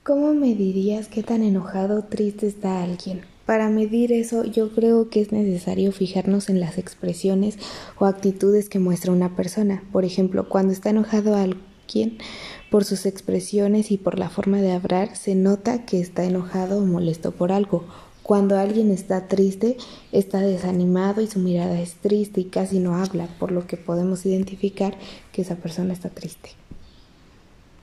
¿Cómo medirías qué tan enojado o triste está alguien? Para medir eso, yo creo que es necesario fijarnos en las expresiones o actitudes que muestra una persona. Por ejemplo, cuando está enojado alguien, por sus expresiones y por la forma de hablar, se nota que está enojado o molesto por algo. Cuando alguien está triste, está desanimado y su mirada es triste y casi no habla, por lo que podemos identificar que esa persona está triste.